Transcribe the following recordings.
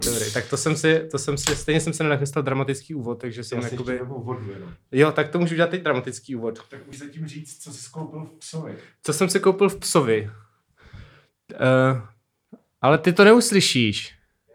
Dobrý, tak stejně jsem se nenachystal dramatický úvod, takže jsem jakoby... Jo, tak to můžu dělat teď dramatický úvod. Tak už zatím říct, co jsi koupil v Psovi. Co jsem si koupil v Psovi? Ale ty to neuslyšíš.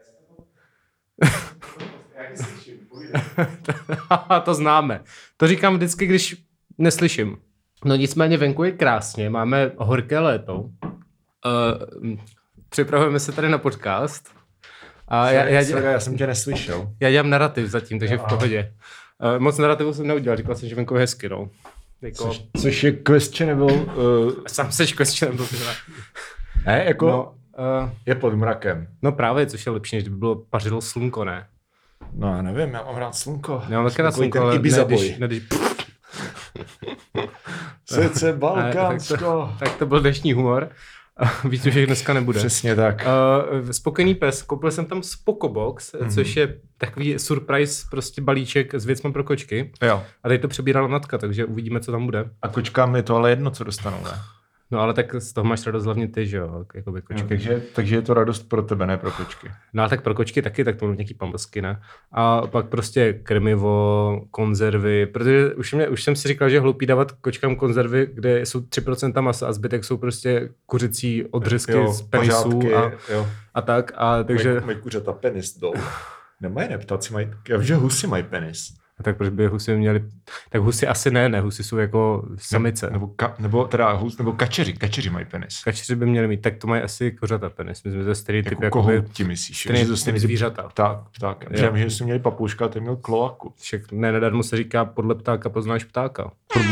Já slyším, To známe. To říkám vždycky, když neslyším. No nicméně venku je krásně, máme horké léto. Připravujeme se tady na podcast. A já jsem tě neslyšel. Já dělám narrativ zatím, takže v pohodě. Moc narrativu jsem neudělal, říkal jsem, že venku je hezky, no. Jako... Což je questionable. Sám seš questionable. Ne, jako no, je pod mrakem. No právě, což je lepší, než kdyby bylo pařilo slunko, ne? No já nevím, já mám rád slunko. Já mám taky rád slunko, ale když... Srdce Balkánsko. Tak to byl dnešní humor. Víc už jich dneska nebude. Přesně tak. Spokojený pes. Koupil jsem tam Spokobox, což je takový surprise prostě balíček s věcmi pro kočky. Jo. A tady to přebírala Natka, takže uvidíme, co tam bude. A kočkám je to ale jedno, co dostanou, ne? No ale tak z toho máš radost hlavně ty, že jo, jakoby kočky. No, takže je to radost pro tebe, ne pro kočky. No ale tak pro kočky taky, tak to budou nějaký pamlsky, ne? A pak prostě krmivo, konzervy, protože už jsem si říkal, že je hloupý dávat kočkám konzervy, kde jsou 3% masa a zbytek jsou prostě kuřecí odřezky z penisů a tak. A takže... Mají kuřata penis dolů. Nemají, ne? Ptáci mají, já vím, že husy mají penis. A tak proč by husy měli... Tak husy asi ne, husy jsou jako samice. Nebo kačeři mají penis. Kačeři by měli mít, tak to mají asi kořata penis. My jsme to stejný typ jako kohouti, myslíš? Stejný zvířata. Pták. Já vím, že jsme měli papouška a ten měl kloaku. Však nedarmo se říká, podle ptáka poznáš ptáka.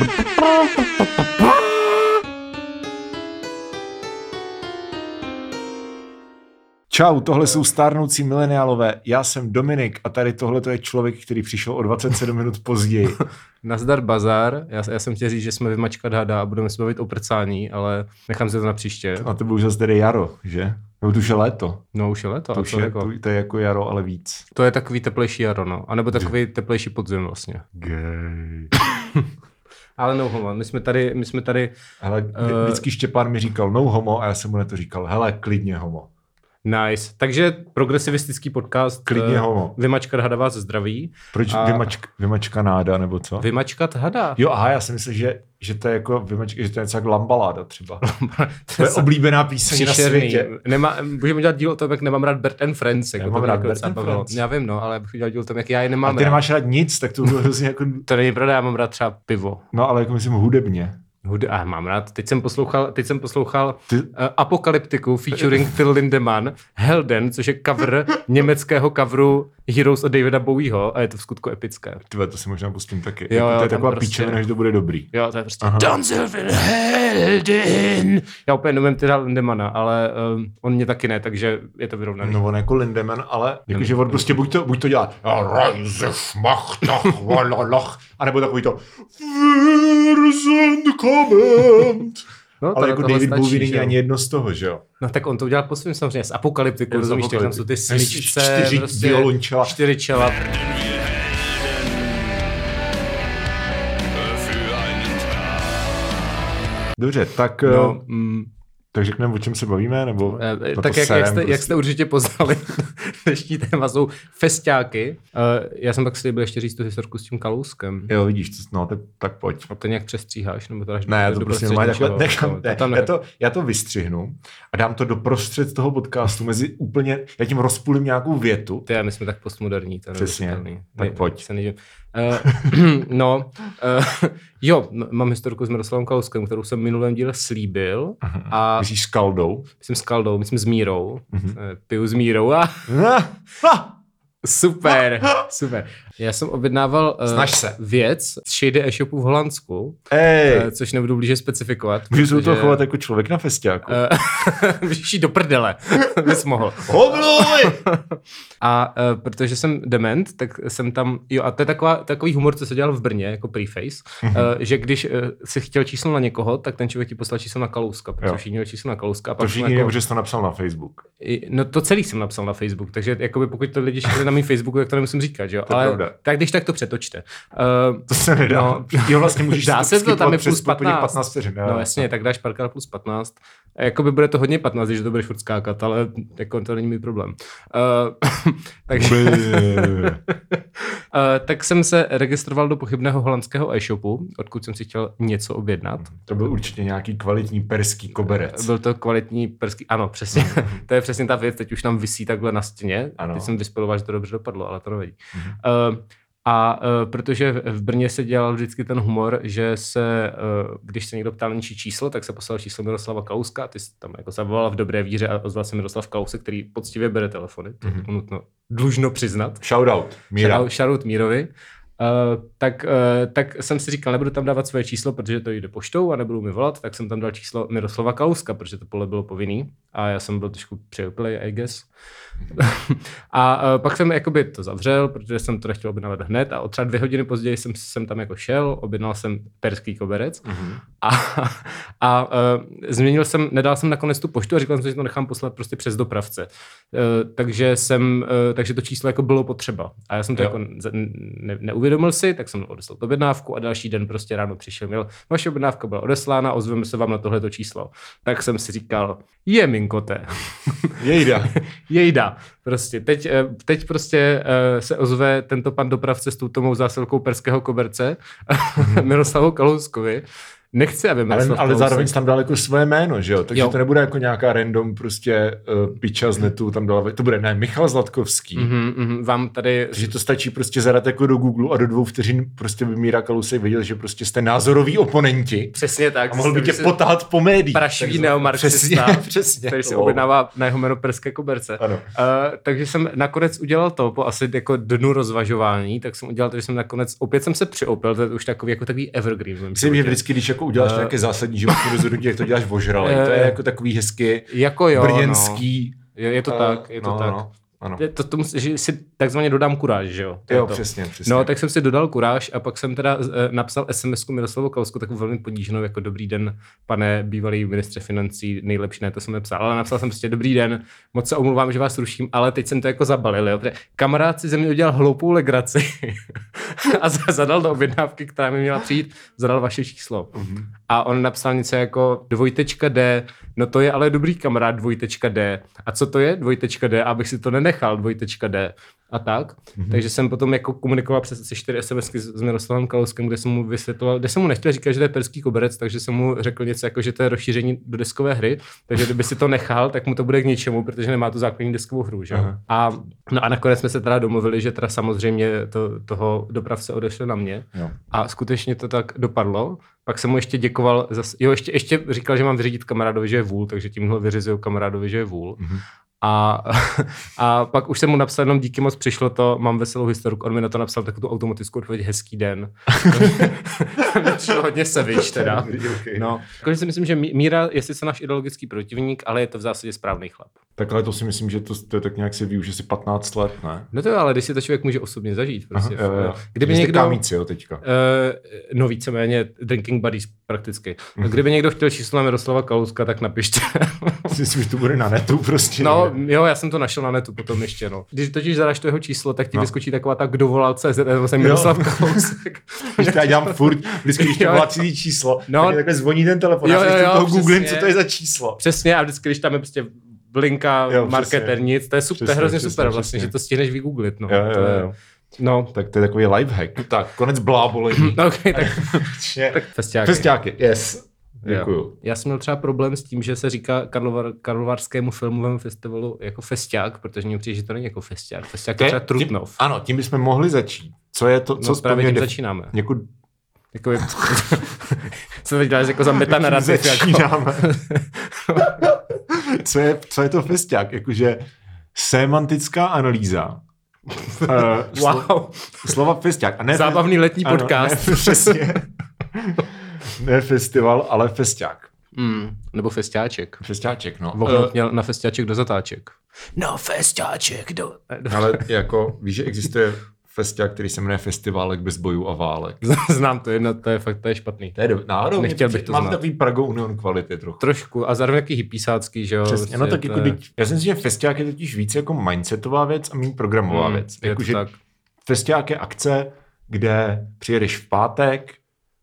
Čau, tohle jsou stárnoucí mileniálové. Já jsem Dominik a tady tohle je člověk, který přišel o 27 minut později. Nazdar bazar. Já jsem chtěl říct, že jsme vymačkat hada a budeme se bavit o prcání, ale nechám se to na příště. A to byl už zase tedy jaro, že? Nebo to už je léto. No už je léto. To je jako jaro, ale víc. To je takový teplejší jaro, no. A nebo takový teplejší podzim vlastně. Gay. Ale no homo, my jsme tady... Hele, vždycky Štěpán mi říkal no homo a já jsem mu na to říkal, hele, klidně homo. Nice. Takže progresivistický podcast. Klidně homo. Vymačkat hada vás zdraví. Proč vymačka náda, nebo co? Vymačkat hada. Jo, aha, já si myslím, že to je jako že to je něco jak Lambaláda třeba. To je oblíbená píseň na světě. Můžeme dělat díl o tom, jak nemám rád Bert and Friends. Já mám rád Bert and Friends. Já vím, no, ale bych dělal díl o tom, jak já je nemám rád. A ty nemáš rád nic, tak to bylo hrozně jako... To není pravda, já mám rád třeba pivo. No, ale jako myslím hudebně. Mám rád. Teď jsem poslouchal Apokalyptiku featuring Till Lindemann, Helden, což je cover německého coveru Heroes od Davida Bowieho a je to v skutku epické. Tyhle, to si možná pustím taky. Jo, to je taková prostě... píčevina, že to bude dobrý. Jo, to je prostě Danzilvin Helden. Já úplně nevím teda Lindemana, ale on mě taky ne, takže je to vyrovnaný. No on jako Lindemann, ale jakože on prostě buď to dělá Reise schmachtach walalach, anebo takový to Comment. No, ale jako David Bowie není ani jedno z toho, že jo? No tak on to udělal po svým samozřejmě s Apokalyptikou, rozumíš, tam jsou ty smyčce, 4 prostě violončela. 4 čela. Dobře, tak... Tak řekneme, o čem se bavíme, nebo... Tak jak jste určitě poznali, dnešní téma jsou festiáky. Já jsem pak slíbil ještě říct tu historku s tím Kalouskem. Jo, vidíš, no tak pojď. A to nějak přestříháš? Nebo to dáš ne, to prostě normálně takhle, já to vystřihnu a dám to doprostřed toho podcastu mezi úplně, já tím rozpůlím nějakou větu. My jsme tak postmoderní. Přesně, tak pojď. Mám historku s Miroslavem Kalouskem, kterou jsem v minulém díle slíbil. Myslíš s Kaldou? Myslím s Mírou. Piju s Mírou a... Super. Já jsem objednával věc z Shady e-shopu v Holandsku, což nebudu blíže specifikovat. Můžu se u toho chovat jako člověk na festiáku. Můžeš jít do prdele, bys mohl. A protože jsem dement, tak jsem tam, a to je takový humor, co se dělal v Brně, jako preface, že když si chtěl číslo na někoho, tak ten člověk ti poslal číslo na Kalouska, protože všichni měl číslo na Kalouska. To všichni jako... že jsi to napsal na Facebook. No to celý jsem napsal na Facebook, takže jakoby pokud to lidi šli na mým Facebooku, tak to nemusím říkat, že jo? pravda. Tak když tak to přetočte. To se nedá. No, jo, vlastně můžeš dá se to, tam je plus 15 vteřin. No jasně, tak dáš párkrát plus 15. Jakoby bude to hodně 15, když to budeš furt skákat, ale jako to není můj problém. Takže tak jsem se registroval do pochybného holandského e-shopu, odkud jsem si chtěl něco objednat. To byl určitě nějaký kvalitní perský koberec. Byl to kvalitní perský, ano, přesně. To je přesně ta věc, teď už nám visí takhle na stěně. Teď jsem vyspeloval, že to dobře dopadlo, ale to nevadí. Protože v Brně se dělal vždycky ten humor, že se, když se někdo ptal na něčí číslo, tak se poslal číslo Miroslava Kalouska, ty jsi tam jako zavolal v dobré víře a ozval se Miroslav Kalousek, který poctivě bere telefony, to je nutno dlužno přiznat. Shoutout Míra. Shoutout Mírovi. Tak jsem si říkal, nebudu tam dávat svoje číslo, protože to jde poštou a nebudu mi volat, tak jsem tam dal číslo Miroslava Kalouska, protože to pole bylo povinný a já jsem byl trošku přeopilej, I guess. A pak jsem jakoby to zavřel, protože jsem to nechtěl objednávat hned a o třeba 2 hodiny později jsem tam jako šel, objednal jsem perský koberec a nedal jsem nakonec tu poštu a říkal jsem, že to nechám poslat prostě přes dopravce. Takže to číslo jako bylo potřeba. A já jsem to jako neuvědomil si, tak jsem odeslal tu objednávku a další den prostě ráno přišel, vaše objednávka byla odeslána, ozveme se vám na tohleto číslo. Tak jsem si říkal, minkote. Jejda. Prostě teď prostě se ozve tento pan dopravce s touto mou zásilkou perského koberce Miroslavu Kalouskovi. Nechci, aby ale zároveň tam dal jako svoje jméno, že jo? Takže to nebude jako nějaká random prostě piča z netu, tam dala, to bude Michal Zlatkovský. Vám tady... Takže to stačí prostě zadat jako do Google a do 2 vteřin prostě by Míra Kalousek věděl, že prostě jste názoroví oponenti. Přesně tak. A mohl by tě potahat po médiích. Prašivý neomarxista, přesně. který si objednává na jeho jméno perské koberce. Ano. Takže jsem nakonec udělal to, po asi jako dnu rozvažování, tak jsem udělal to, že jsem nakonec, opět jsem se přiopil, to je už takový evergreen. Myslím, že vždycky, když jako uděláš nějaké zásadní životní rozhodnutí, jak to děláš ožralej. To je jako takový hezky jako brněnský. No. Je to tak, je to tak. Ano. To že si takzvaně dodám kuráž, že jo? Jo, přesně. No, tak jsem si dodal kuráž a pak jsem teda napsal SMS-ku Miroslavu Kalousku, takovou velmi poníženou, jako dobrý den, pane bývalý ministře financí, nejlepší, ne, to jsem nepsal, ale napsal jsem prostě dobrý den, moc se omlouvám, že vás ruším, ale teď jsem to jako zabalil, jo? Kamarád si ze mě udělal hloupou legraci a zadal do objednávky, která mi měla přijít, zadal vaše číslo. A on napsal něco jako (D), no to je ale dobrý kamarád (D). A co to je (D), abych si to nenechal (D). A tak. Takže jsem potom jako komunikoval přes asi 4 SMSky s Miroslavem Kalouskem, kde jsem mu vysvětloval, kde jsem mu nechtěl říkat, že to je perský koberec, takže jsem mu řekl něco jako, že to je rozšíření do deskové hry, takže kdyby si to nechal, tak mu to bude k ničemu, protože nemá tu základní deskovou hru, že? A nakonec jsme se teda domluvili, že teda samozřejmě toho dopravce odešle na mě. Jo. A skutečně to tak dopadlo. Pak jsem mu ještě děkoval, ještě říkal, že mám vyřídit kamarádovi, že je vůl, takže tímhle vyřizuju kamarádovi, že je vůl. A pak už jsem mu napsal jenom díky moc, přišlo to, mám veselou historku, on mi na to napsal takovou automatickou odpověď hezký den. Přišlo hodně sevič teda. No. Takže si myslím, že Míra je sice náš ideologický protivník, ale je to v zásadě správný chlap. Tak ale to si myslím, že to je tak nějak si ví, už asi 15 let, ne? No to je, ale když si to člověk může osobně zažít. Prostě. Kdyby někdo... Kámíci, jo, teďka. No víceméně drinking buddies prakticky. Kdyby někdo chtěl číslo na Miroslava Kalouska, tak napište. Myslím, že to bude na netu prostě. No jo, já jsem to našel na netu potom ještě, no. Když totiž zadáš to jeho číslo, tak ti vyskočí taková ta kdo volal CZ, jsem Miroslav Kalousek. Já dělám furt, vždycky, když to volá cizí číslo, tak takhle zvoní ten telefon, a toho googlím, co to je za číslo. Přesně, a vždycky, když tam je prostě blinka, marketer, nic, to je super, to je hrozně super vlastně, že to stihneš vygooglit, no. Jo. No, tak to je takový lifehack. Tak, konec blábolení. Okay, tak festiáky. Yes. Děkuju. Já jsem měl třeba problém s tím, že se říká Karlovarskému filmovému festivalu jako festiák, protože mě přijde, že to není jako festiák. Festiák je třeba Trutnov. Ano, tím bychom mohli začít. Co je to? Co právě tím začínáme. Co teď dáš jako za metanarrativ? Začínáme. Co je to festiák? Jakože semantická analýza. Wow. Slova festiák. A ne zábavný letní podcast. Ne, přesně. Ne festival, ale festiák. Nebo festiáček. Festiáček, no. Vohnut měl na festiáček do zatáček. No festiáček do... Ale jako, víš, že existuje festiák, který se jmenuje Festiválek bez bojů a válek. Znám to jedno, to je špatný. To je náhodou. Nechtěl bych to znát. Mám takový Prago Union kvality trochu. Trošku a zároveň jaký hypísácký, že jo. Přesně, no tak jako já si myslím, že festiák je totiž víc jako mindsetová věc a méně programová věc. Jakože festiák je akce, kde přijedeš v pátek,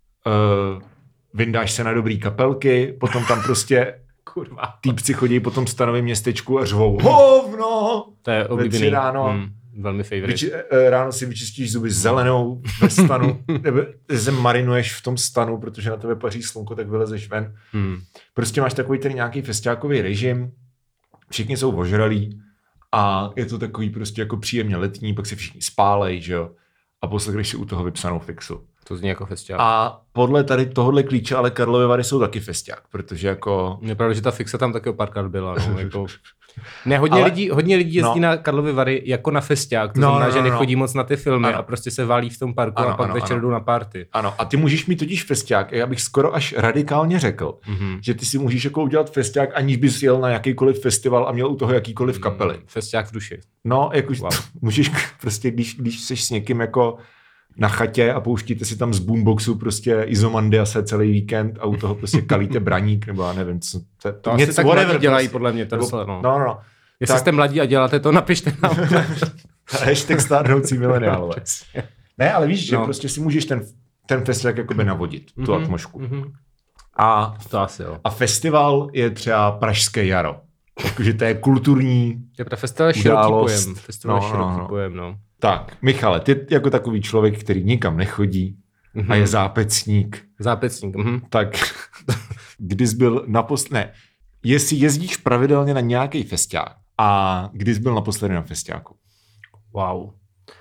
vyndáš se na dobrý kapelky, potom tam prostě týpci chodí po tom stanovém městečku a řvou hovno! To je oblíbený. Ráno. Velmi favorite. Ráno si vyčistíš zuby zelenou ve stanu, nebo se marinuješ v tom stanu, protože na tebe paří slunko, tak vylezeš ven. Prostě máš takový ten nějaký festiákový režim, všichni jsou ožralí a je to takový prostě jako příjemně letní, pak se všichni spálej, že jo? A poslechneš si u toho vypsanou fixu. To zní jako festiák. A podle tady tohohle klíče, ale Karlovy Vary jsou taky festiák, protože jako... Je pravda, že ta fixa tam taky párkrát byla, no, jako... Ne, hodně lidí jezdí na Karlovy Vary jako na festiák, to znamená, že nechodí moc na ty filmy a prostě se válí v tom parku a pak večer jdou na party. Ano, a ty můžeš mít totiž festiák, já bych skoro až radikálně řekl, že ty si můžeš jako udělat festiák, aniž bys jel na jakýkoliv festival a měl u toho jakýkoliv kapely. Festiák v duši. No, jako můžeš prostě, když jsi s někým jako na chatě a pouštíte si tam z boomboxu prostě Izomandiase celý víkend a u toho prostě kalíte braník, nebo já nevím, co to něco tak mladí dělají podle mě. No. Jestli jste mladí a děláte to, napište nám. Hashtag stárnoucí mileniálové. Ne, ale víš, že prostě si můžeš ten festival jakoby navodit, tu atmosféru. A, to asi jo. A festival je třeba Pražské jaro. Jakože to je kulturní festival je široký pojem. Festival je široký pojem, no. Tak, Michale, ty jako takový člověk, který nikam nechodí a je zápecník. Tak, když byl jestli jezdíš pravidelně na nějaký festiák a když byl naposledy na festiáku? Wow.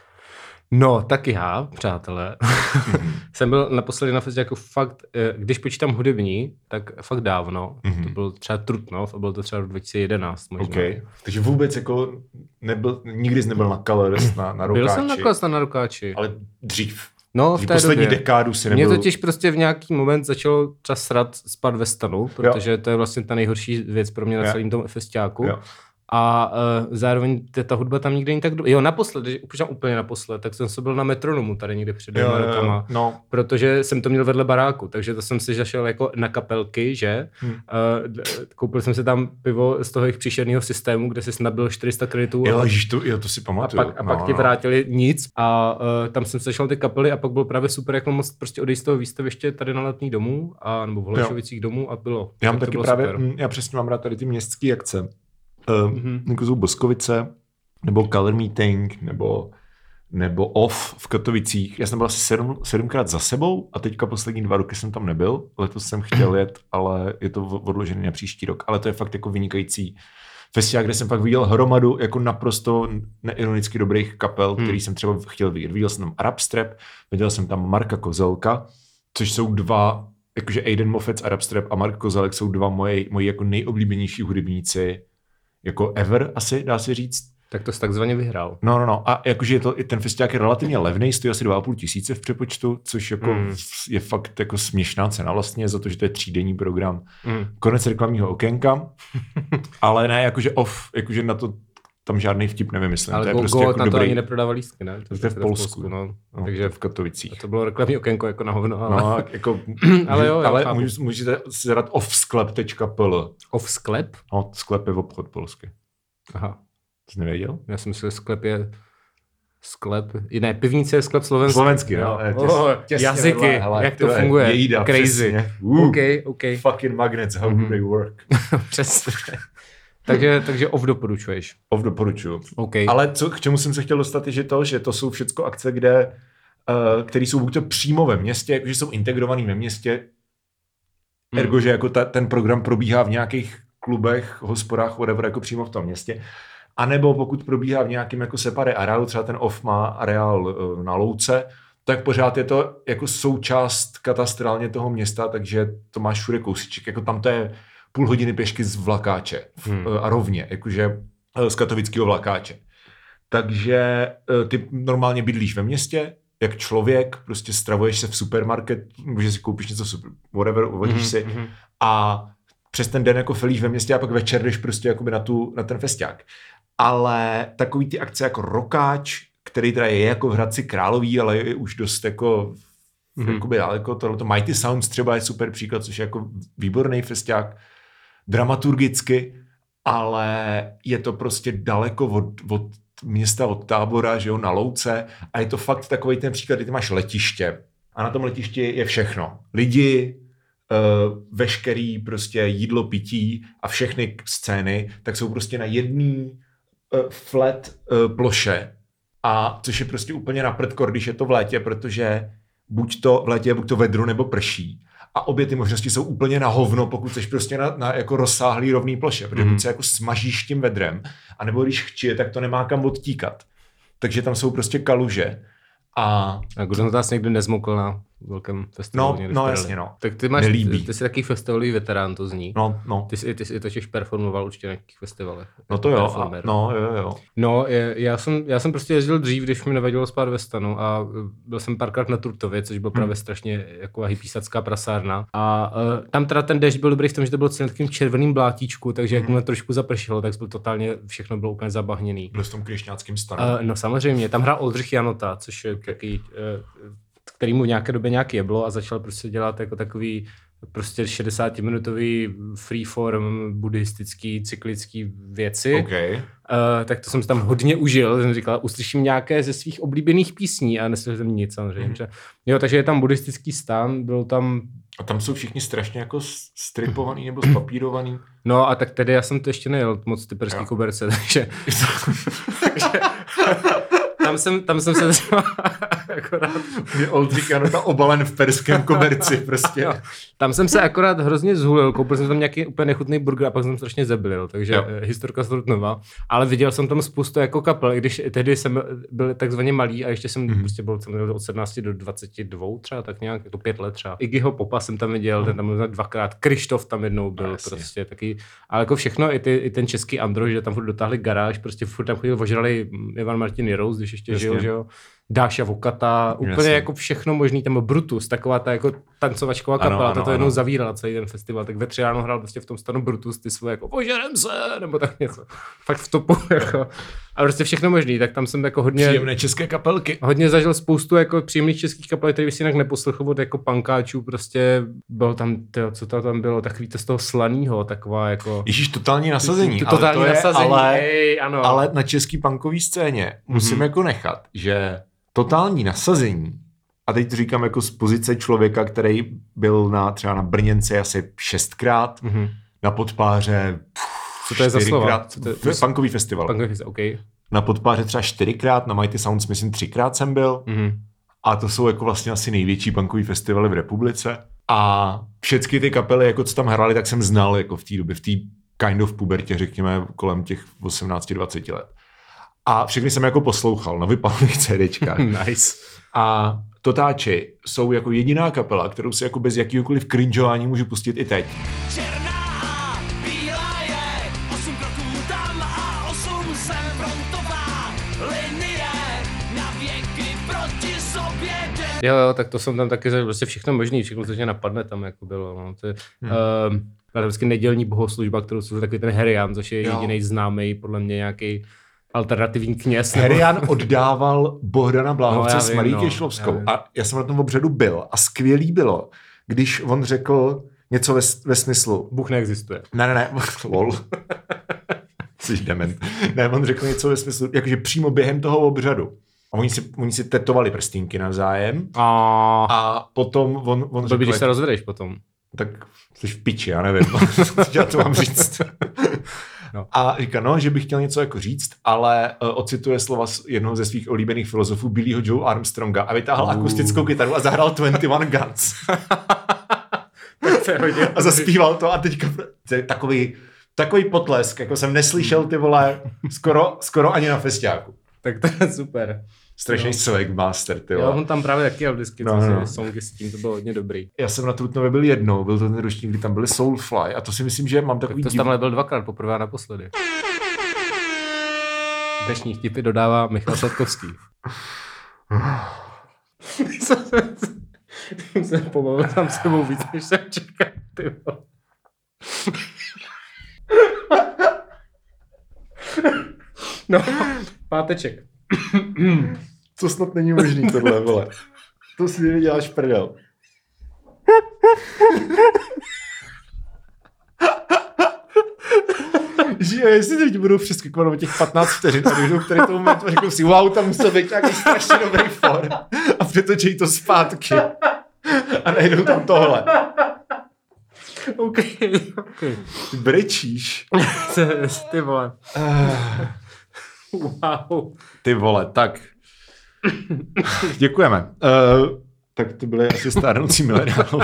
No, tak já, přátelé, jsem byl naposledy na festiáku fakt, když počítám hudební, tak fakt dávno. To byl třeba Trutnov a bylo to třeba v 2011 možná. Okay. Takže vůbec jako nikdy jsi nebyl na Colors, na Rokáči. Byl jsem na Rokáči. Ale dřív. No, v té poslední době. dekádu si nebyl... Mě totiž prostě v nějaký moment začalo čas srad spát ve stanu, protože to je vlastně ta nejhorší věc pro mě na celém tom festiáku. Jo. A zároveň ta hudba tam nikde není tak dobrá. Jo, naposled, úplně naposled, tak jsem se byl na Metronomu tady někde před 2 rokama, protože jsem to měl vedle baráku, takže to jsem si zašel jako na kapelky, že? Koupil jsem si tam pivo z toho jejich příšerného systému, kde si nabil 400 kreditů. To si pamatuju. A pak ti vrátili nic a tam jsem se zašel ty kapely a pak bylo právě super, jak moc prostě odejít z toho výstaviště tady na Letný domů, nebo v Holešovicích domů a bylo. Já mám taky právě, já přesně mám rád tady ty městské akce. Jako jsou Boskovice, nebo Color Meeting, nebo Off v Katovicích. Já jsem byl asi 7krát za sebou a teďka poslední 2 roky jsem tam nebyl. Letos jsem chtěl jet, ale je to odložené na příští rok. Ale to je fakt jako vynikající festiák, kde jsem fakt viděl hromadu jako naprosto neironicky dobrých kapel, který jsem třeba chtěl vidět. Viděl jsem tam Arabstrap, viděl jsem tam Marka Kozelka, což jsou dva, jakože Aiden Moffett, Arabstrap a Mark Kozelek jsou dva moji jako nejoblíbenější hudebníci jako ever, asi dá se říct. Tak to jsi takzvaně vyhrál. No. A jakože ten festiák je relativně levný, stojí asi 2 500 v přepočtu, což jako je fakt jako směšná cena vlastně za to, že to je 3denní program. Konec reklamního okénka, ale ne, jakože Off, jakože na to tam žádný vtip nevymyslím. Ale to je prostě jako na to dobrý... ani neprodává lístky, ne? To je v Polsku. No. Takže v Katovicích. To bylo reklamní okénko jako na hovno. Ale... No, jako... ale můžete si zadat offsklep.pl. Offsklep? No, sklep je obchod polsky. Aha. Jsi nevěděl? Já jsem myslel, že sklep je sklep. Ne, pivnice je sklep slovenský. Slovenský, no. Jazyky, hele, jak to funguje. Jejda, crazy. Okay. Fucking magnets, how do they work? Přesně. takže off doporučuješ. Off doporučuju. Okay. Ale k čemu jsem se chtěl dostat, je že to jsou všechno akce, které jsou buď to přímo ve městě, jakože jsou integrovaný ve městě, ergo, že jako ten program probíhá v nějakých klubech, hospodách, whatever, jako přímo v tom městě. A nebo pokud probíhá v nějakém jako separé areálu, třeba ten Off má areál na Louce, tak pořád je to jako součást katastrálně toho města, takže to máš všude kousíček. Jako tam to je půl hodiny pěšky z Vlakáče a rovně, jakože z katovického Vlakáče. Takže ty normálně bydlíš ve městě, jak člověk, prostě stravuješ se v supermarket, můžeš si koupíš něco whatever, uvodíš si a přes ten den jako felíš ve městě a pak večer jdeš prostě jakoby na ten festiák. Ale takový ty akce jako Rokáč, který teda je jako v Hradci Králový, ale je už dost jako jakoby daleko, tohleto Mighty Sounds třeba je super příklad, což je jako výborný festiák, dramaturgicky, ale je to prostě daleko od města od Tábora, že jo, na louce a je to fakt takový ten příklad, kdy ty máš letiště a na tom letišti je všechno. Lidi, veškerý prostě jídlo, pití a všechny scény, tak jsou prostě na jedný flat ploše a což je prostě úplně na prdkor, když je to v létě, protože buď to v létě, buď to vedro nebo prší. A obě ty možnosti jsou úplně na hovno, pokud jsi prostě na jako rozsáhlý rovný ploše, protože buď se jako smažíš tím vedrem, anebo když chčije, tak to nemá kam odtíkat. Takže tam jsou prostě kaluže. A kdo to nás někdy nezmokl na velkém festivalu? No jasně, no. Tak ty jsi takový festivalový veterán, to zní. No. Ty jsi totiž performoval určitě na nějakých festivalech. No to jo. Jo. No, já jsem prostě jezdil dřív, když mi nevadilo spát ve stanu a byl jsem párkrát na Turtově, což byl právě strašně jako hypísacká prasárna. A tam teda ten déšť byl dobrý v tom, že to bylo celým takovým červeným blátíčku, takže jak mu trošku zapršilo, tak byl totálně všechno bylo úplně zabahněný. Byl v tom kryšňáckým stanu. No samozřejmě, tam hrál Oldřich Janota, což je takový, který mu v nějaké době nějak jeblo a začal prostě dělat jako takový prostě 60-minutový freeform buddhistický, cyklický věci. Okay. Tak to jsem si tam hodně užil. Jsem říkal, uslyším nějaké ze svých oblíbených písní a neslyšel jsem nic samozřejmě. Jo, takže je tam buddhistický stán, byl tam... A tam jsou všichni strašně jako stripovaný nebo spapírovaný. No a tak tedy já jsem to ještě nejel moc ty perský koberce, takže tam jsem se třeba akorát... Je Oldřich Janota obalen v perském koberci prostě. No, tam jsem se akorát hrozně zhulil, koupil jsem tam nějaký úplně nechutný burger a pak jsem strašně zeblil, takže historka Strutnova. Ale viděl jsem tam spoustu jako kapel, i když tehdy jsem byl takzvaně malý a ještě jsem prostě byl od 17 do 22 třeba, tak nějak, to 5 let třeba. Iggyho Popa jsem tam viděl, ten tam byl dvakrát, Krištof tam jednou byl prostě taky, ale jako všechno, i ten český Andro, že tam furt dotáhli garáž, prostě furt tam chodil, ožrali Ivan Martin Jirous, když ještě žil, že jo. Dáša Vokata, úplně jako všechno možný, tam byl Brutus, taková ta jako tancovačková kapela, to jednou zavírala celý ten festival, tak ve 3 ráno hrál prostě v tom stanu Brutus ty svoje jako požerem se, nebo tak něco, fakt v topu jako, a prostě všechno možný, tak tam jsem jako hodně... Příjemné české kapelky. Hodně zažil spoustu jako příjemných českých kapel, který bych si jinak neposlechl od jako punkáčů, prostě bylo tam, co to tam bylo, takový to z toho slanýho, taková jako... Ježíš, totální nasazení, totální nasazení, ano. Ale na český punkový scéně musím jako nechat, že totální nasazení, a teď to říkám jako z pozice člověka, který byl třeba na Brněnci asi 6krát, na Podpáře co to je za slova? Punkový festival. Okay. Na Podpáře třeba 4krát, na Mighty Sounds myslím 3krát jsem byl. A to jsou jako vlastně asi největší punkový festivaly v republice. A všechny ty kapely, jako co tam hráli, tak jsem znal jako v té době, v té kind of pubertě, řekněme, kolem těch 18-20 let. A všechny jsem jako poslouchal na vypálených CDčkách. Nice. A Totáči jsou jako jediná kapela, kterou si jako bez jakýhokoliv cringeování můžu pustit i teď. Černá, bílá je, 8 kroků tam a 8 sem frontová linie, na věky proti sobě. Jo, tak to jsem tam taky zažil, prostě všechno možný, všechno, co tě napadne tam jako bylo. No. To je vždycky nedělní bohoslužba, kterou jsou takový ten Herian, což je jediný známý, podle mě nějaký alternativní kněz. Herian oddával Bohdana Bláhovce s Marí Kyšlovskou. A já jsem na tom obřadu byl a skvělý bylo, když on řekl něco ve smyslu... Bůh neexistuje. Ne, lol. Jsi dement. Ne, on řekl něco ve smyslu, jakože přímo během toho obřadu. A oni si tetovali prstínky navzájem. A potom on řekl... Když se rozvedeš potom. Tak jsi v piči, já nevím. Já to mám říct. No. A říká, že bych chtěl něco jako říct, ale ocituje slova jednoho ze svých oblíbených filozofů, Billyho Joe Armstronga, a vytáhl akustickou kytaru a zahrál 21 Guns. A zaspíval to a teďka takový potlesk, jako jsem neslyšel, ty vole, skoro ani na festiáku. Tak to je super. Strašný swag master, ty vole. Jo, on tam právě taky jel vždycky, songy s tím, to bylo hodně dobrý. Já jsem na Trutnově byl jednou, byl to ten ročník, kdy tam byly Soulfly a to si myslím, že mám takový... Tak to tam byl 2krát, poprvé a naposledy. Dnešní vtipy dodává Michal Sladkovský. Jsem se pobavil tam s tebou víc, než jsem čekal, ty vole. No, páteček. Co snad není možný tohle, vole. To si neděláš prdel. jestli teď budou přeskakovat o těch 15 vteřin a dojdou k tady tomu momentu a řeknou si, wow, tam musel být nějaký strašně dobrý for a přetočí to zpátky a najdou tam tohle. OK. Ty brečíš. Ty vole. Wow. Ty vole, tak. Děkujeme. Tak to byly asi stárnoucí mileniálové.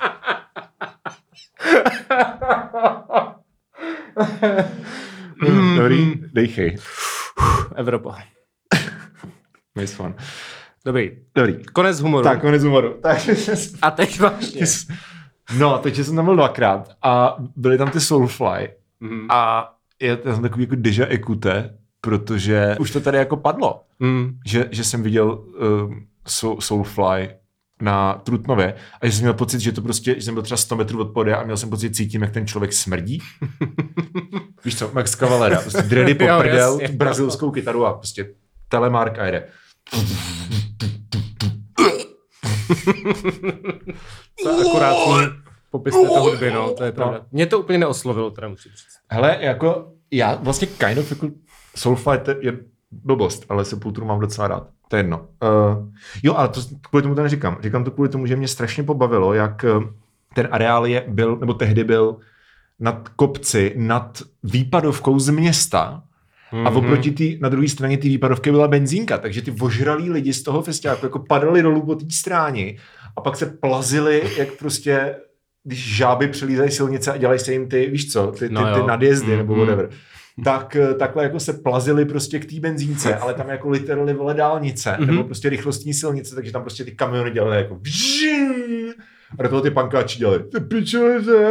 Dobrý, dejchej. Evropa. Nice fun. Dobrý. Dobrý. Konec humoru. Tak, konec humoru. Tak. A teď vážně. No, takže jsem tam byl 2krát a byly tam ty Soulfly a je tam takový jako déjà écouté, protože už to tady jako padlo, že jsem viděl Soulfly na Trutnově a že jsem měl pocit, že to prostě, že jsem byl třeba 100 metrů od pode a měl jsem pocit, cítím, jak ten člověk smrdí. Víš co, Max Cavalera, prostě dready poprdel, tu brazilskou kytaru a prostě telemark a jde. To je akurátní popis této hudby, no, to je pravda. Mě to úplně neoslovilo, teda musím říct. Hele, jako já vlastně kind of jako Soulfly je blbost, ale Sepulturu mám docela rád. To je jedno. Jo, ale to, kvůli tomu to neříkám. Říkám to kvůli tomu, že mě strašně pobavilo, jak ten areál byl, nebo tehdy byl nad kopci, nad výpadovkou z města a oproti na druhé straně té výpadovky byla benzínka, takže ty ožralí lidi z toho festiáku jako padali dolů po té stráni a pak se plazili, jak prostě, když žáby přelízají silnice a dělají se jim ty, víš co, ty nadjezdy nebo whatever. Tak takhle jako se plazili prostě k té benzínce, ale tam jako literally vole dálnice, nebo prostě rychlostní silnice, takže tam prostě ty kamiony dělaly jako a do toho ty pankáči dělali ty pičovice,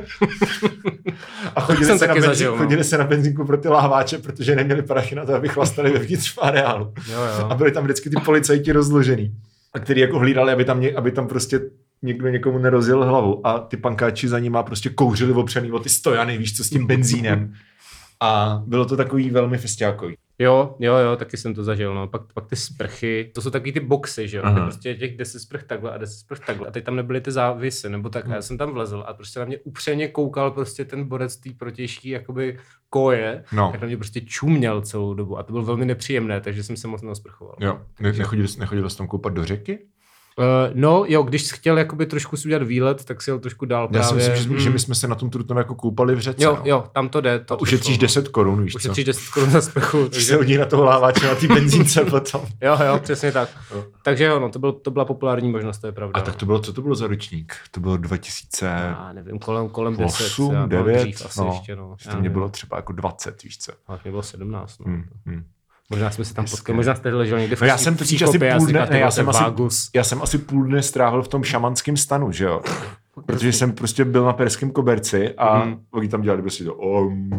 a chodili se na benzínku pro ty láhváče, protože neměli prachy na to, aby chlastali vevnitř v areálu. Jo. A byli tam vždycky ty policajti rozložený, a který jako hlídali, aby tam prostě někdo někomu nerozjel hlavu a ty pankáči za nima prostě kouřili opřený o ty stojany, víš co, s tím benzínem. A bylo to takový velmi festiákový. Jo, taky jsem to zažil, no. Pak ty sprchy, to jsou takový ty boxy, že jo, prostě těch 10 sprch takhle a 10 sprch takhle a teď tam nebyly ty závisy, nebo tak a já jsem tam vlezl a prostě na mě upřeně koukal prostě ten borec té protější jakoby koje, tak na mě prostě čuměl celou dobu a to bylo velmi nepříjemné, takže jsem se moc neosprchoval. Jo, nechodil jsi tam koupat do řeky? No jo, když jsi chtěl jakoby trošku si udělat výlet, tak si jel trošku dál právě. Já si myslím, že my jsme se na tom Trutnově jako koupali v řece. Jo, tam to jde. To ušetříš 10 korun, víš co? Ušetříš 10 korun za sprchu. Takže se hodí na toho láváče na té benzínce potom. Jo, přesně tak. Takže jo, no, to byla populární možnost, to je pravda. A tak to bylo, co to bylo za ročník? To bylo 2000... Já nevím, kolem 10. 8, 9, dřív asi ještě, no. To mě bylo třeba jako 20, víš co? Ale mě bylo 17, no. Možná jsme se tam potkali, možná jste ležel někde v já jsem totiž asi já jsem asi půl dne strávil v tom šamanském stanu, že jo? Protože jsem prostě byl na Perském koberci a oni tam dělali prostě to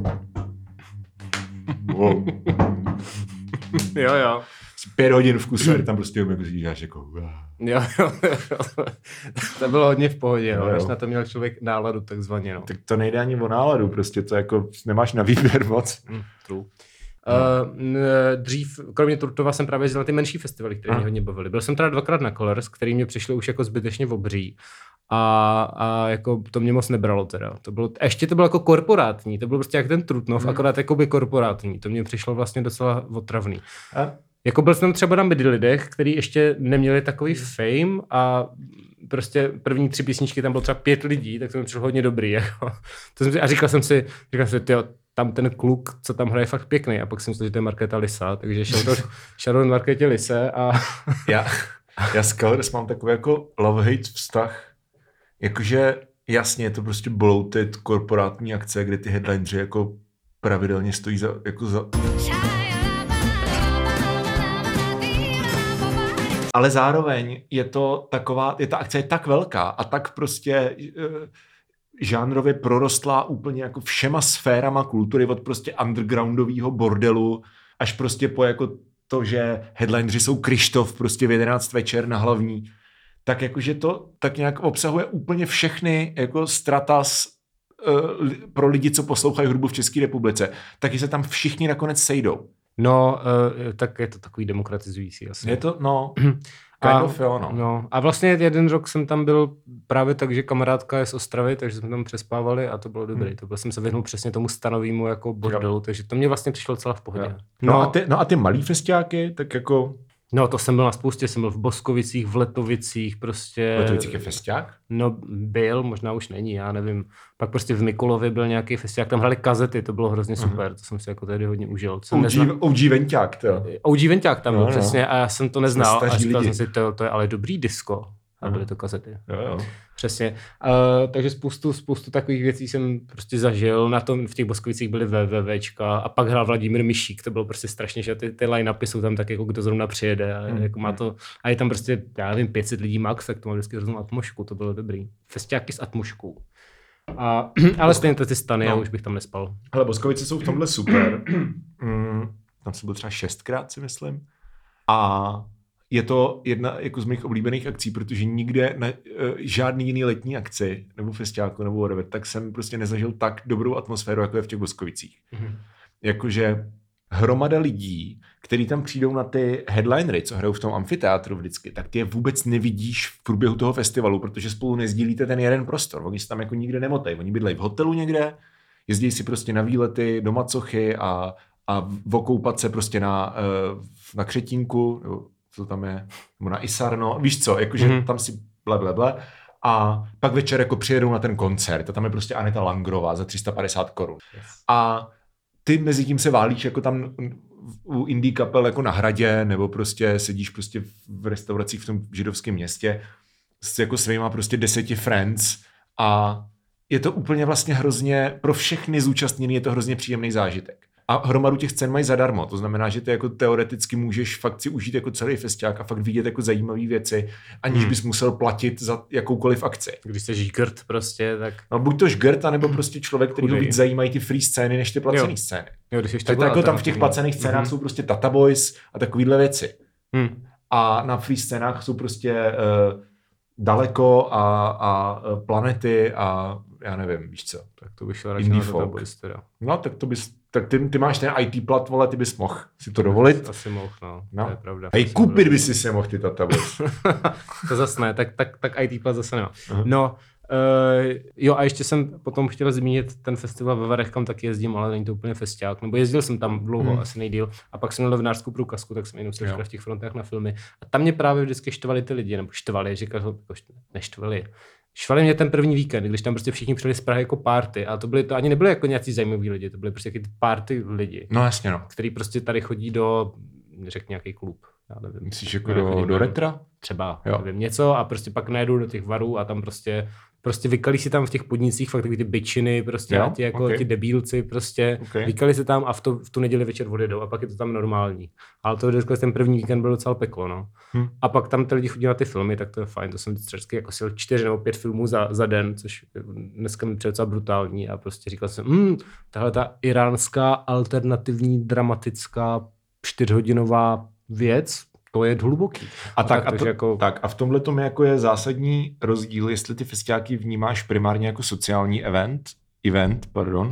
Jo. 5 hodin v kuse, a tam prostě jako říkáš jako Jo. To bylo hodně v pohodě, jo. Až na to měl člověk náladu takzvaně, no. Tak to nejde ani o náladu, prostě to jako nemáš na výběr moc. True. Dřív, kromě Trutnova, jsem právě jezdil na ty menší festivaly, které mě hodně bavily. Byl jsem teda 2krát na Colors, který mě přišly už jako zbytečně obří. A jako to mě moc nebralo teda. Ještě to bylo jako korporátní, to bylo prostě jak ten Trutnov, akorát jako by korporátní. To mě přišlo vlastně docela otravný. Jako byl jsem třeba na Midi lidech, kteří ještě neměli takový fame a prostě první 3 písničky tam bylo třeba 5 lidí, tak to mi přišlo hodně dobrý. Jako. A říkal jsem si, tyjo, tam ten kluk, co tam hraje, fakt pěkný. A pak jsem myslel, že to je Markéta Lisa, takže šel to Sharon Markétě Lise a... Já s Colors mám takový jako love-hate vztah, jakože jasně je to prostě bloated korporátní akce, kde ty headlineři jako pravidelně stojí za... Ale zároveň ta akce je tak velká a tak prostě žánrově prorostlá úplně jako všema sférama kultury, od prostě undergroundového bordelu až prostě po jako to, že headlineři jsou Krištof prostě v 11 večer na Hlavní, tak jakože to tak nějak obsahuje úplně všechny jako stratas pro lidi, co poslouchají hudbu v České republice, taky se tam všichni nakonec sejdou. No, tak je to takový demokratizující asi. Je to, no, A vlastně jeden rok jsem tam byl právě tak, že kamarádka je z Ostravy, takže jsme tam přespávali a to bylo dobrý. To byl jsem se vyhnul přesně tomu stanovému jako bordelu, takže to mě vlastně přišlo celá v pohodě. A ty malý festiáky, tak jako... No, to jsem byl na spoustě, jsem byl v Boskovicích, v Letovicích, prostě... V Letovicích je festiák? No, byl, možná už není, já nevím. Pak prostě v Mikulově byl nějaký festiák, tam hrali kazety, to bylo hrozně super, to jsem si jako tehdy hodně užil. OG Venťák, to. OG Venťák tam byl, přesně, a já jsem to neznal a říkal jsem si, to je ale dobrý disco. A byly to kazety. Jo. Přesně. Takže spoustu takových věcí jsem prostě zažil. Na tom v těch Boskovicích byly VVVčka a pak hrál Vladimír Mišík. To bylo prostě strašně, že ty line-upy jsou tam tak, jako kdo zrovna přijede. A, jako má to, a je tam prostě, já nevím, 500 lidí max, tak to má vždycky hroznou atmošku. To bylo dobrý. Festiáky s atmoškou. Ale stejně ty stany, já už bych tam nespal. Ale Boskovice jsou v tomhle super. Tam jsem byl třeba 6krát, si myslím. A je to jedna jako z mých oblíbených akcí, protože nikde na žádný jiný letní akci, nebo festiáku, nebo whatever, tak jsem prostě nezažil tak dobrou atmosféru, jako je v těch Boskovicích. Jakože hromada lidí, kteří tam přijdou na ty headlinery, co hrajou v tom amfiteátru vždycky, tak ty je vůbec nevidíš v průběhu toho festivalu, protože spolu nezdílíte ten jeden prostor. Oni se tam jako nikde nemotají. Oni bydlejí v hotelu někde, jezdí si prostě na výlety do Macochy a okoupat se prostě na Křetínku, co tam je, nebo na Isarno, víš co, jakože tam si blablabla. A pak večer jako přijedou na ten koncert a tam je prostě Aneta Langrová za 350 korun. Yes. A ty mezi tím se válíš jako tam u indie kapel jako na Hradě, nebo prostě sedíš prostě v restauracích v tom židovském městě s jako svýma prostě 10 friends a je to úplně vlastně hrozně, pro všechny zúčastněný je to hrozně příjemný zážitek. A hromadu těch scén mají zadarmo, to znamená, že ty jako teoreticky můžeš fakt si užít jako celý festiák a fakt vidět jako zajímavé věci, aniž bys musel platit za jakoukoliv akci. Když jsi žgrt prostě, tak... No buď to žgrt, anebo prostě člověk, který víc zajímají ty free scény, než ty placené scény. Jo, když tak jako tam v těch placených scénách jsou prostě Tata Boys a takovýhle věci. A na free scénách jsou prostě Daleko a Planety a já nevím, víš co. Tak to bych šel radši na Tata Boys teda. No, tak ty máš ten IT plat, vole, ty bys mohl si to dovolit. Asi mohl, no. To je pravda. Hej, koupit by si se mohl ty Tata Boys. To zase ne, tak IT plat zase nemá. No, jo a ještě jsem potom chtěl zmínit ten festival ve Varech, kam taky jezdím, ale není to úplně festiák, nebo jezdil jsem tam dlouho, asi nejdýl, a pak jsem měl novinářskou průkazku, tak jsem jenom slyšel v těch frontách na filmy. A tam mě právě vždycky štvali ty lidi, nebo štvali mě ten první víkend, když tam prostě všichni přijeli z Prahy jako party, a to ani nebyly jako nějací zajímaví lidi, to byly prostě taky party lidi. No jasně, no. Který prostě tady chodí do, řekl nějaký klub. Já nevím. Myslíš jako do retra? Třeba, nevím, něco a prostě pak najedu do těch Varů a tam prostě vykali si tam v těch podnicích fakt takový ty bičiny, prostě a ti jako ti debílci prostě vykali se tam a v tu neděli večer odjedou a pak je to tam normální. Ale to vždycky ten první víkend byl docela peklo, no. A pak tam ty lidi chodí na ty filmy, tak to je fajn, to jsem vždycky jako sil 4 nebo 5 filmů za den, což dneska mi přijde docela brutální a prostě říkal jsem, tahle ta iránská alternativní dramatická 4hodinová věc, to je hluboký. A v tomhle tom jako je zásadní rozdíl, jestli ty festiáky vnímáš primárně jako sociální event,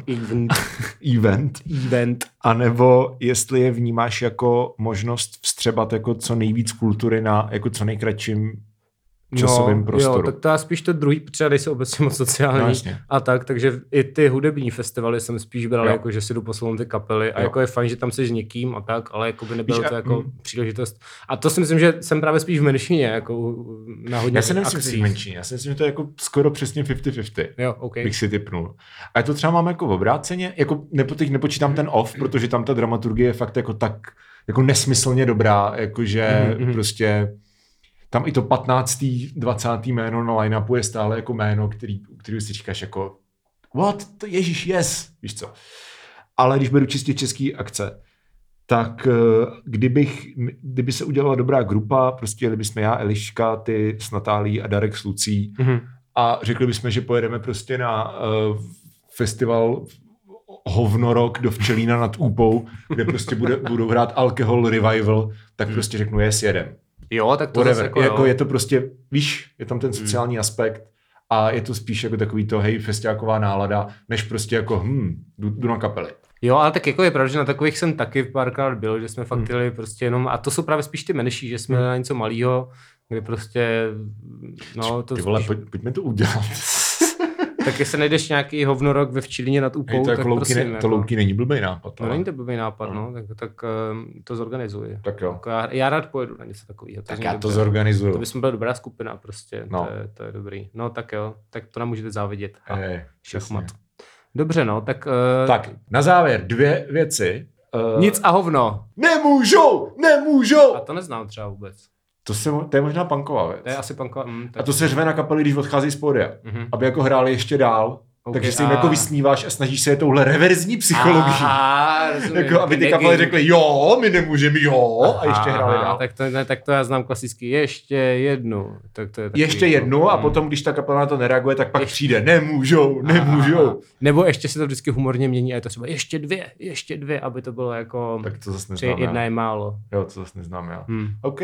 anebo jestli je vnímáš jako možnost vstřebat jako co nejvíc kultury na jako co nejkratším časovým prostoru. Jo, tak to je spíš to druhý, třeba dej se obecně moc sociální a takže i ty hudební festivaly jsem spíš bral jako, že si jdu poslouchat ty kapely a jako je fajn, že tam jsi s někým a tak, ale jako by nebylo to jako příležitost. A to si myslím, že jsem právě spíš v menšině, jako na hodně akcích. Já si nemyslím, že jsi v menšině, já si myslím, že to je jako skoro přesně 50-50. Jo, okay. Bych si tipnul. A to třeba mám jako v obráceně, jako teď nepočítám ten off, protože tam ta dramaturgie je fakt jako tak jako nesmyslně dobrá, jakože prostě tam i to 15. 20. jméno na line-upu je stále jako jméno, který si říkáš jako what? Ježíš, yes! Víš co? Ale když beru čistě český akce, tak kdyby se udělala dobrá grupa, prostě jeli bychom já, Eliška, ty s Natálí a Darek s Lucí a řekli bychom, že pojedeme prostě na festival Hovnorok do Včelína nad Úpou, kde prostě budou hrát Alcohol Revival, tak prostě řeknu yes, jedem. Jo, tak to zase jako je to prostě, víš, je tam ten sociální aspekt a je to spíš jako takový to hej, festiáková nálada, než prostě jako jdu na kapely. Jo, ale tak jako je pravda, že na takových jsem taky párkrát byl, že jsme fakt jeli prostě jenom, a to jsou právě spíš ty menší, že jsme na něco malýho, kde prostě, no to Ty vole, spíš, pojďme to udělat. tak jestli najdeš nějaký hovnorok ve Včílině nad Úpou, To, tak jako prosím. to Louky není blbý nápad. No není to blbý nápad, no, tak to zorganizuji. Tak jo. Jako já rád pojedu na něco takového. Tak já to zorganizuju. To bychom byla dobrá skupina prostě, No. to je dobrý. No tak jo, tak to nám můžete závidět. Šachmat. Přesně. Dobře, no, tak... Tak, na závěr 2 věci. Nic a hovno. Nemůžou! A to neznám třeba vůbec. To je možná punková věc. To je asi punková... A to se řve na kapely, když odchází z pódia. Aby jako hráli ještě dál. Okay, takže si jim jako vysníváš a snažíš se je touhle reverzní psychologií. Jako, aby ty kapely řekly, jo, my nemůžeme, jo, a ještě hráli dál. Tak to já znám klasicky. Ještě jednu. Tak to je takový, ještě jednu a potom, když ta kapela na to nereaguje, tak pak přijde, nemůžou. Nebo ještě se to vždycky humorně mění a je to třeba ještě dvě, aby to bylo jako... Tak to zase neznám. Jedna je málo. Jo, to zase neznám já. OK.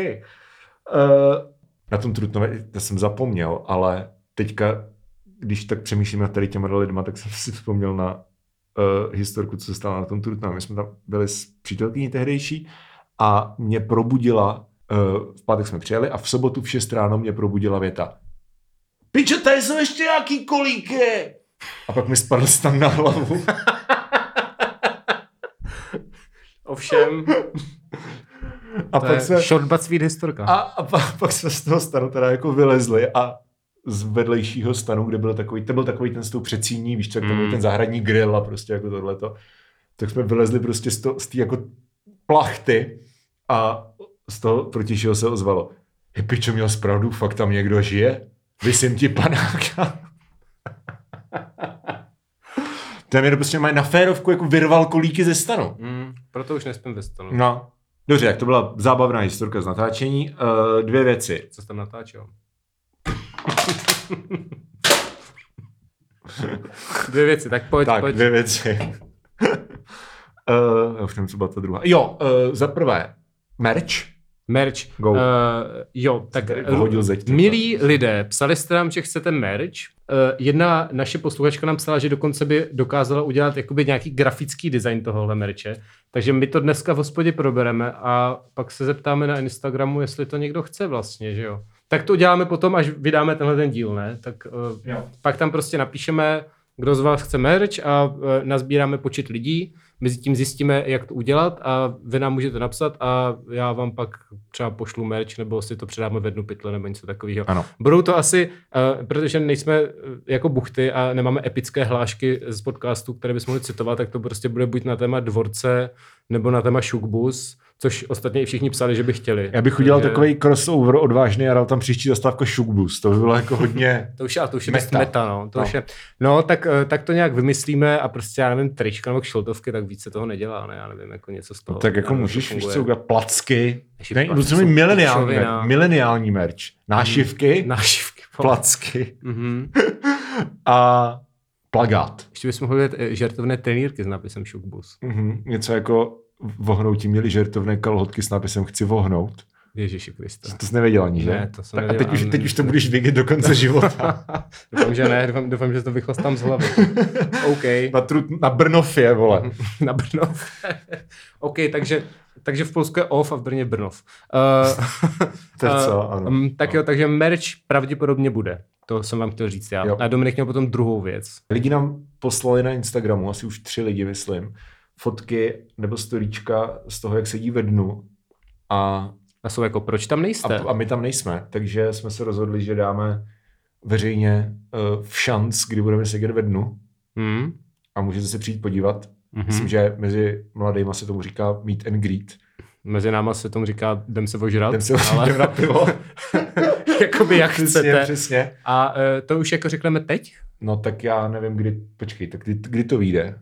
Na tom Trutnově, to jsem zapomněl, ale teďka, když tak přemýšlím nad tady těma lidma, tak jsem si vzpomněl na historku, co se stalo na tom Trutnově. My jsme tam byli s přítelkyní tehdejší a mě probudila, v pátek jsme přijeli a v sobotu v 6 ráno mě probudila věta. Pičo, tady jsou ještě nějaký kolíky! A pak mi spadl stan na hlavu. Ovšem... A to pak je se... short but sweet historka. A pak jsme z toho stanu teda jako vylezli a z vedlejšího stanu, kde byl takový ten s tou přecíní, víš co, jak to byl ten zahradní grill a prostě jako tohleto. Tak jsme vylezli prostě z té jako plachty a z toho protižího se ozvalo. Pičo, měl zpravdu, fakt tam někdo žije? Vysím ti panáka. Tam je prostě na férovku jako vyrval kolíky ze stanu. Proto už nespím ve stanu. No. Dobře, jak to byla zábavná historka z natáčení. 2 věci. Co jsi tam natáčel? 2 věci, tak pojď. 2 věci. Už nevím, co byla ta druhá. Jo, za prvé, merch. Go. Jo, tak milí lidé, psali jste nám, že chcete merch. Jedna naše posluchačka nám psala, že dokonce by dokázala udělat jakoby nějaký grafický design tohohle merče. Takže my to dneska v hospodě probereme a pak se zeptáme na Instagramu, jestli to někdo chce vlastně, že jo. Tak to uděláme potom, až vydáme tenhle ten díl, ne? Tak pak tam prostě napíšeme, kdo z vás chce merch a nazbíráme počet lidí, mezi tím zjistíme, jak to udělat a vy nám můžete napsat a já vám pak třeba pošlu merch nebo si to předáme ve dnu pytle nebo něco takového. Ano. Budou to asi, protože nejsme jako buchty a nemáme epické hlášky z podcastu, které bychom mohli citovat, tak to prostě bude buď na téma dvorce nebo na téma Šukbus, což ostatně i všichni psali, že by chtěli. Já bych udělal takový crossover odvážný a dal tam příští zastávku Šukbus. To by bylo jako hodně to už je meta, no. Už je, tak to nějak vymyslíme a prostě já nevím, trička nebo kšiltovky, tak víc se toho nedělá, ne? Já nevím, jako něco z toho. Tak jako můžeš, víš co, udělat placky. Placky Mileniální merch. Nášivky. Placky. A plagát. Ještě bychom mohli žertovné trenýrky s nápisem Šukbus. Něco jako vohnoutí měli žertovné kalhotky s nápisem chci vohnout. Ježiši Kriste. To jsi nevěděl ani, že? Ne, to jsem nevěděl. A teď už to budeš vědět do konce života. Doufám, že ne. Doufám, že to vychlastám z hlavy. OK. Na Brnově, vole. Na Brnov. OK, takže v Polsku je off a v Brně Brnov. Tak jo, takže merch pravděpodobně bude. To jsem vám chtěl říct já. Jo. A Dominik měl potom druhou věc. Lidi nám poslali na Instagramu, asi už 3 lidi, myslím, fotky nebo storíčka z toho, jak sedí ve dnu. A jsou jako, proč tam nejste? A my tam nejsme, takže jsme se rozhodli, že dáme veřejně v šanc, kdy budeme sedět ve dnu. A můžete se přijít podívat. Myslím, že mezi mladejma se tomu říká meet and greet. Mezi náma se tomu říká jdem se ožrat. Jdem na pivo. Jakoby jak chcete. Přesně. A to už jako řekneme teď? No tak já nevím, kdy, počkej, tak kdy to vyjde?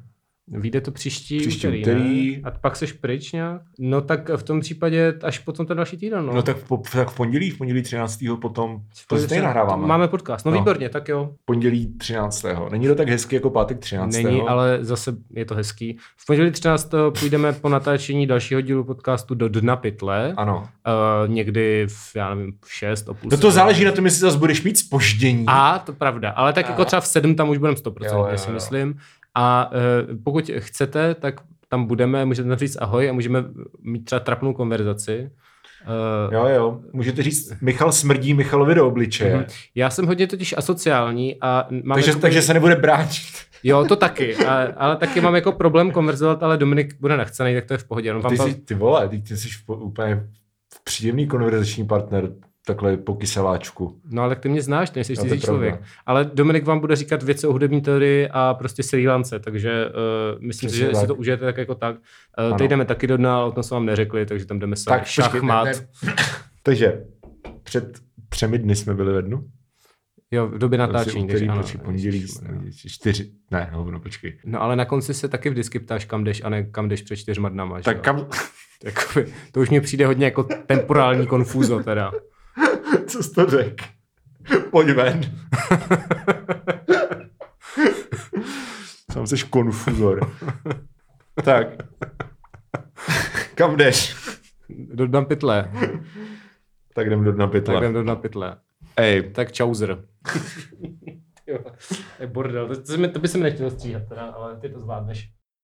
Vyjde to příští Příští úterý, úterý. ne? A pak seš pryč nějak? No tak v tom případě až potom ten další týden, no. No tak v pondělí 13. potom, to stejně nahráváme. Máme podcast, no výborně, tak jo. Pondělí 13. Není to tak hezky jako pátek 13. Není, ale zase je to hezký. V pondělí 13. půjdeme po natáčení dalšího dílu podcastu do Dna pytle. Ano. Někdy já nevím, v 6, o půl. No to záleží na tom, jestli zase budeš mít zpoždění. To pravda, ale tak jako třeba v 7 tam už budeme 100%, si myslím. A pokud chcete, tak tam budeme, můžete nám říct ahoj a můžeme mít třeba trapnou konverzaci. Jo, můžete říct, Michal smrdí Michalovi do obličeje. Já jsem hodně totiž asociální a mám Takže se nebude bránit. Jo, to taky, ale taky mám jako problém konverzovat, ale Dominik bude nechcený, tak to je v pohodě. Ty vole, ty jsi úplně příjemný konverzační partner, takhle po kyseláčku. No ale ty mě znáš, ty jsi cizí člověk. Ale Dominik vám bude říkat věci o hudební teorii a prostě Srí Lance, takže myslím si, že si to užijete tak jako tak. Teď jdeme taky do dna, ale o tom jsme vám neřekli, takže tam jdeme se šachmat. Takže před 3 dny jsme byli ve Dnu? Jo, v době natáčení. Takže ano. Pondělí 4, počkej. No ale na konci se taky vždycky ptáš, kam jdeš a ne kam jdeš před 4 dnama. Tak kam... To už mi přijde hodně jako temporální konfúzo teda. Co jsi to řekl? Pojď ven. Sám seš konfuzor. Tak. Kam jdeš? Do Dna pytle. Tak jdem do Dna pytle. Ej. Tak čauzer. Jo, bordel. To by se mi nechtělo stříhat teda, ale ty to zvládneš.